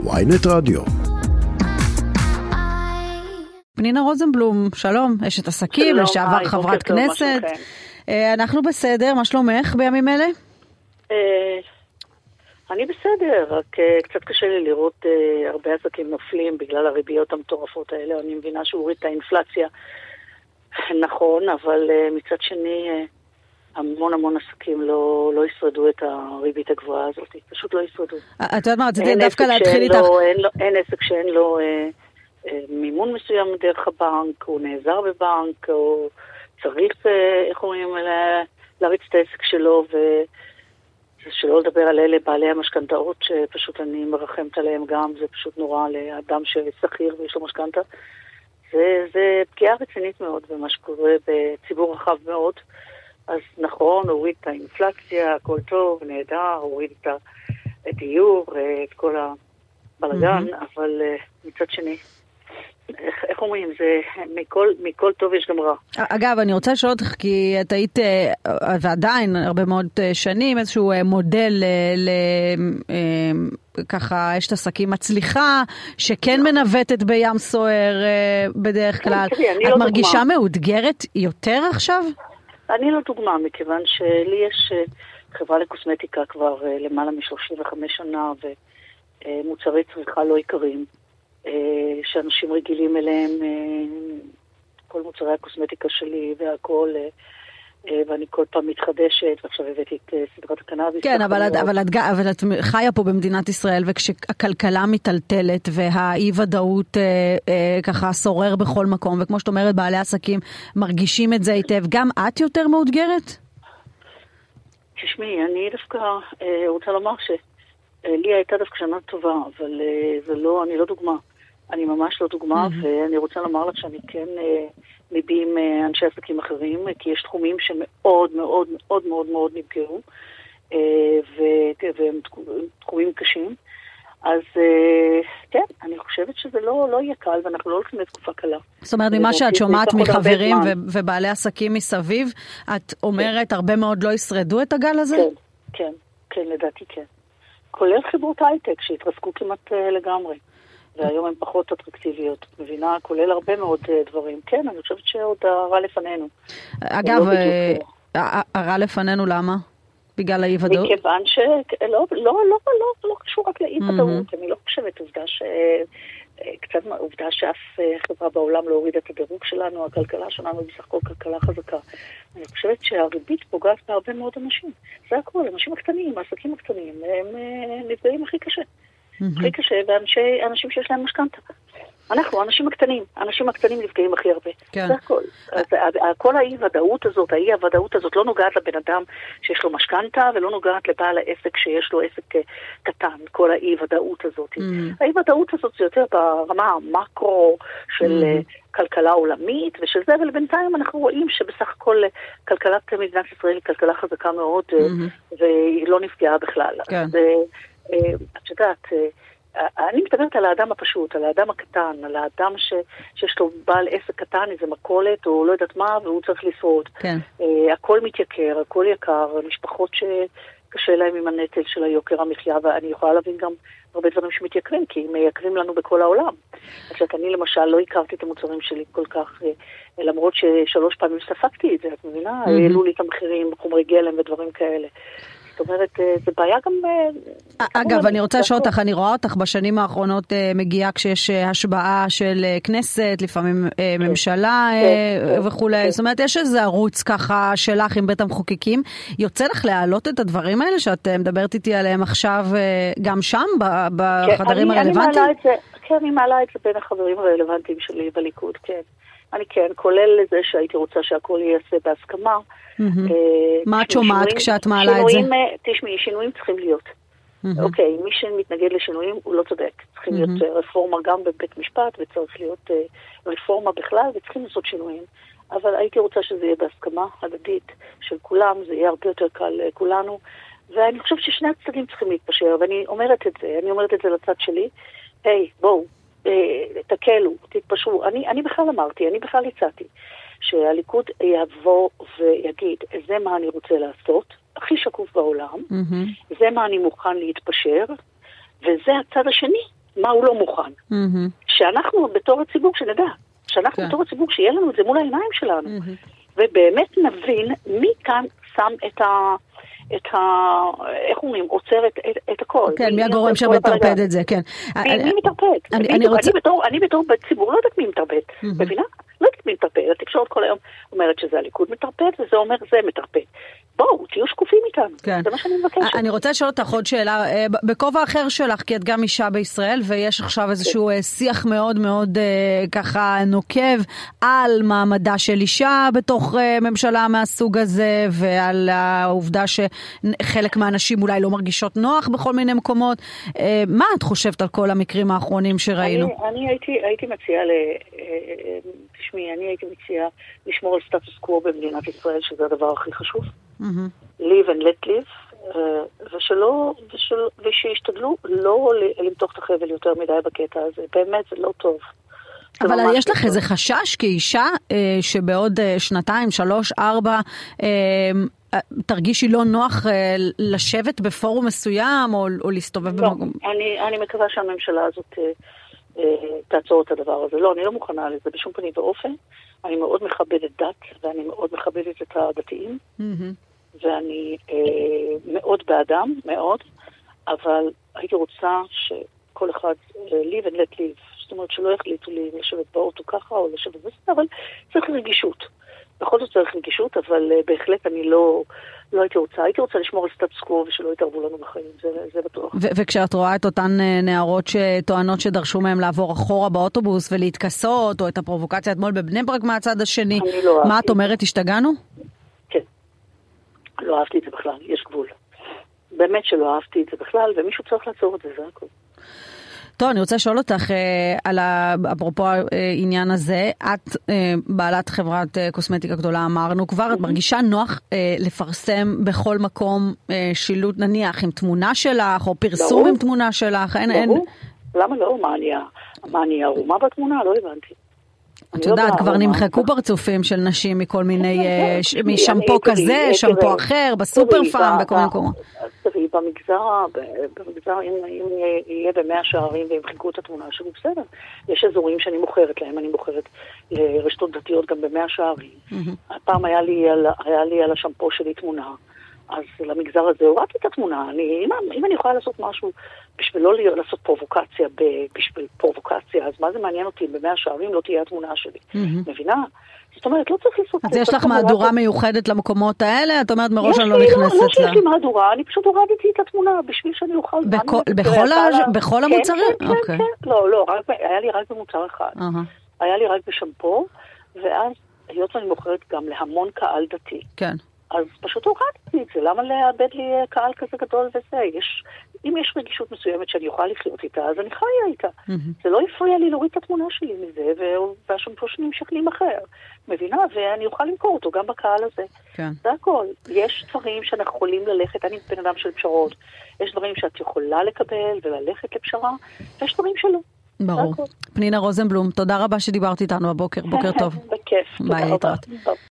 ynet רדיו. פנינה רוזנבלום, שלום, אשת עסקים, לשעבר חברת כנסת. אנחנו בסדר, מה שלומך בימים אלה? אני בסדר, רק קצת קשה לי לראות הרבה עסקים נופלים בגלל הריביות המטורפות האלה. אני מבינה שהוא הוריד את האינפלציה, נכון, אבל מצד שני המון עסקים לא ישרדו את הריבית הגבוהה הזאת, פשוט לא ישרדו. את יודעת מה, רציתי דווקא להתחיל איתך. אין עסק שאין לו מימון מסוים דרך הבנק, הוא נעזר בבנק, או צריך, איך אומרים, להריץ את העסק שלו, ושלא לדבר על אלה בעלי המשכנתאות, שפשוט אני מרחמת עליהם גם, זה פשוט נורא לאדם ששכיר ויש לו משכנתה. זה פגיעה רצינית מאוד במה שקורה בציבור רחב מאוד. אז נכון, הוריד את האינפלציה, הכל טוב, נהדר, הוריד את הדיור, את כל הבלגן, אבל מצד שני, איך אומרים, זה מכל טוב יש גם רע. אגב, אני רוצה לשאול אותך, כי את היית, ועדיין הרבה מאוד שנים, איזשהו מודל ככה, יש את עסקים מצליחה, שכן מנווטת בים סוער בדרך כלל. את מרגישה מאותגרת יותר עכשיו? אני לא דוגמה, מכיוון שלי יש חברה לקוסמטיקה כבר למעלה מ-35 שנה, ומוצרי צריכה לא עיקריים, שאנשים רגילים אליהם, כל מוצרי הקוסמטיקה שלי והכל, ואני כל פעם מתחדשת, ועכשיו הבאתי את סדרת הקנאביס. כן, אבל את חיה פה במדינת ישראל, וכשהכלכלה מטלטלת, והאי-ודאות ככה שורר בכל מקום, וכמו שאת אומרת, בעלי עסקים מרגישים את זה היטב, גם את יותר מאותגרת? תשמעי, אני דווקא רוצה לומר שלי הייתה דווקא שנה טובה, אבל אני לא דוגמה. אני ממש לא דוגמה, ואני רוצה לומר לך שאני כן מביאים אנשי עסקים אחרים, כי יש תחומים שמאוד מאוד מאוד מאוד מאוד נפגעו, והם תחומים קשים. אז כן, אני חושבת שזה לא יהיה קל, ואנחנו לא הולכים לתקופה קלה. זאת אומרת, ממה שאת שומעת מחברים ובעלי עסקים מסביב, את אומרת, הרבה מאוד לא ישרדו את הגל הזה? כן, לדעתי כן. כולל חברות הייטק שהתרסקו כמעט לגמרי. והיום הן פחות אטרקטיביות, מבינה, כולל הרבה מאוד דברים. כן, אני חושבת שעוד הרע לפנינו. אגב, הרע לפנינו למה? בגלל האי-ודאות? מכיוון לא קשור רק לאי-ודאות. אני לא חושבת עובדה שאף חברה בעולם לא הורידה את הדירוג שלנו, הכלכלה שלנו היא בסך הכל כלכלה חזקה. אני חושבת שהריבית פוגעת בהרבה מאוד אנשים. זה הכל, אנשים הקטנים, העסקים הקטנים, הם נפגעים הכי קשה. הכי קשה, ואנשים שיש להם משכנתה. אנחנו, האנשים הקטנים נפגעים הכי הרבה. זה הכל. כל האי-ודאות הזאת לא נוגעת לבן אדם שיש לו משכנתה, ולא נוגעת לבעל העסק שיש לו עסק קטן, כל האי-ודאות הזאת. האי-ודאות הזאת זה יותר ברמה המקרו של כלכלה עולמית, ושל זה, ולבינתיים אנחנו רואים שבסך הכל כלכלת מדינת ישראל היא כלכלה חזקה מאוד, והיא לא נפגעה בכלל. את יודעת, אני מדברת על האדם הפשוט, על האדם הקטן, על האדם שיש לו בעל עסק קטן, איזה מכולת, או לא יודעת מה, והוא צריך לשרוד. הכל מתייקר, הכל יקר, משפחות שקשה להם עם הנטל של היוקר המחיה, ואני יכולה להבין גם הרבה דברים שמתייקרים, כי הם מייקרים לנו בכל העולם. אז אני למשל לא הכרתי את המוצרים שלי כל כך, למרות ש3 פעמים ספקתי את זה, את מבינה? העלו לי את המחירים, חומרי גלם ודברים כאלה. זאת אומרת, זה בעיה גם... אגב, אני רוצה לשאול אותך, אני רואה אותך בשנים האחרונות מגיעה כשיש השבעה של כנסת, לפעמים ממשלה וכולי. זאת אומרת, יש איזה ערוץ ככה שלך עם בית המחוקקים. יוצא לך להעלות את הדברים האלה שאת מדברת איתי עליהם עכשיו גם שם, בחדרים הרלוונטיים? כן, אני מעלה את זה בין החברים הרלוונטיים שלי בליכוד, כן. אני כן, כולל לזה שהייתי רוצה שהכל ייעשה בהסכמה. מה את שומעת כשאת מעלה את זה? תשמעי, שינויים צריכים להיות. אוקיי, מי שמתנגד לשינויים הוא לא צודק. צריכים להיות רפורמה גם בבית משפט, וצריך להיות רפורמה בכלל, וצריכים לעשות שינויים. אבל הייתי רוצה שזה יהיה בהסכמה הדדית של כולם, זה יהיה הרבה יותר קל לכולנו. ואני חושבת ששני הצדדים צריכים להתפשר, ואני אומרת את זה לצד שלי. היי, בואו. תקלו, תתפשרו. אני בכלל אמרתי, אני בכלל הצעתי שהליכוד יבוא ויגיד, זה מה אני רוצה לעשות, הכי שקוף בעולם, זה מה אני מוכן להתפשר, וזה הצד השני מה הוא לא מוכן. שאנחנו בתור הציבור שנדע, שאנחנו בתור הציבור שיהיה לנו את זה מול העיניים שלנו, ובאמת נבין מי כאן שם איך אומרים, עוצר את הכל. כן, מי הגורם שמטרפד את זה, כן. מי מטרפד? אני בתור ציבור לא יודעת מי מטרפד, מבינה? לא יודעת מי מטרפד. התקשורת כל היום אומרת שזה הליכוד מטרפד, וזה אומר זה מטרפד. בואו, תהיו שקופים איתנו. זה מה שאני מבקשת. אני רוצה לשאול אותך עוד שאלה, בכובע אחר שלך, כי את גם אישה בישראל, ויש עכשיו איזשהו שיח מאוד מאוד ככה נוקב על מעמדה של אישה בתוך ממשלה מהסוג הזה, ועל העובדה שחלק מהאנשים אולי לא מרגישות נוח בכל מיני מקומות. מה את חושבת על כל המקרים האחרונים שראינו? אני הייתי מציעה אני הייתי מציעה לשמור על סטטוס קוו במדינת ישראל, שזה הדבר הכי חשוב. live and let live, ושישתדלו לא למתוח את החבל יותר מדי בקטע הזה. באמת זה לא טוב. אבל יש לך איזה חשש כאישה שבעוד 2, 3, 4 תרגישי לא נוח לשבת בפורום מסוים או להסתובב במקום? אני מקווה שהממשלה הזאת תעצור את הדבר הזה. לא, אני לא מוכנה לזה בשום פנים ואופן. אני מאוד מכבדת דת, ואני מאוד מכבדת את הדתיים, ואני מאוד באדם, מאוד, אבל הייתי רוצה שכל אחד live and let live, זאת אומרת שלא יחליטו לי לשבת באוטו ככה או לשבת בזה, אבל צריך רגישות. בכל זאת צריך רגישות, אבל בהחלט אני לא הייתי רוצה לשמור על סטטוס קוו ושלא יתערבו לנו בחיים, זה בטוח. וכשאת רואה את אותן נערות שטוענות שדרשו מהם לעבור אחורה באוטובוס ולהתכסות, או את הפרובוקציה אתמול בבני ברק מהצד השני, מה את אומרת, השתגענו? כן. לא אהבתי את זה בכלל, יש גבול. באמת שלא אהבתי את זה בכלל, ומישהו צריך לעצור את זה, זה הכל. טוב, אני רוצה לשאול אותך על אפרופו העניין הזה, את בעלת חברת קוסמטיקה גדולה, אמרנו כבר, את מרגישה נוח לפרסם בכל מקום שילוט נניח עם תמונה שלך, או פרסום עם תמונה שלך? למה לא? מה אני ערומה בתמונה? לא הבנתי. את יודעת, כבר נמחקו פרצופים של נשים מכל מיני, משמפו כזה, שמפו אחר, בסופר פארם, בכל מיני מקומות. תראי, במגזר, אם יהיה במאה שערים והם חיכו את התמונה שלי, בסדר. יש אזורים שאני מוכרת להם, אני מוכרת לרשתות דתיות גם במאה שערים. הפעם היה לי על השמפו שלי תמונה, אז למגזר הזה הורדתי את התמונה. אם אני יכולה לעשות משהו בשביל לא לעשות פרובוקציה, בשביל פרובוקציה, אז מה זה מעניין אותי? במאה שערים לא תהיה התמונה שלי. מבינה? זאת אומרת, לא צריך לעשות... אז יש לך מהדורה מיוחדת למקומות האלה? את אומרת מראש אני לא נכנסת לה. לא שיש לי מהדורה, אני פשוט הורדתי את התמונה בשביל שאני אוכל... בכל המוצרים? כן, כן. לא, היה לי רק במוצר אחד. היה לי רק בשמפו, ואז היות ואני מוכרת גם להמון קהל דתי. כן. אז פשוט הורדתי את זה. למה לאבד לי קהל כזה גדול וזה? אם יש רגישות מסוימת שאני אוכל לחיות איתה, אז אני חיה איתה. זה לא יפריע לי להוריד את התמונה שלי מזה, והשמפו שלי ימשך להימכר. מבינה? ואני אוכל למכור אותו גם בקהל הזה. כן. זה הכל. יש דברים שאנחנו יכולים ללכת, אני בן אדם של פשרות. יש דברים שאת יכולה לקבל וללכת לפשרה, ויש דברים שלא. ברור. פנינה רוזנבלום, תודה רבה שדיברת איתנו הבוקר. בוקר טוב. בכיף. ביי, להתראות.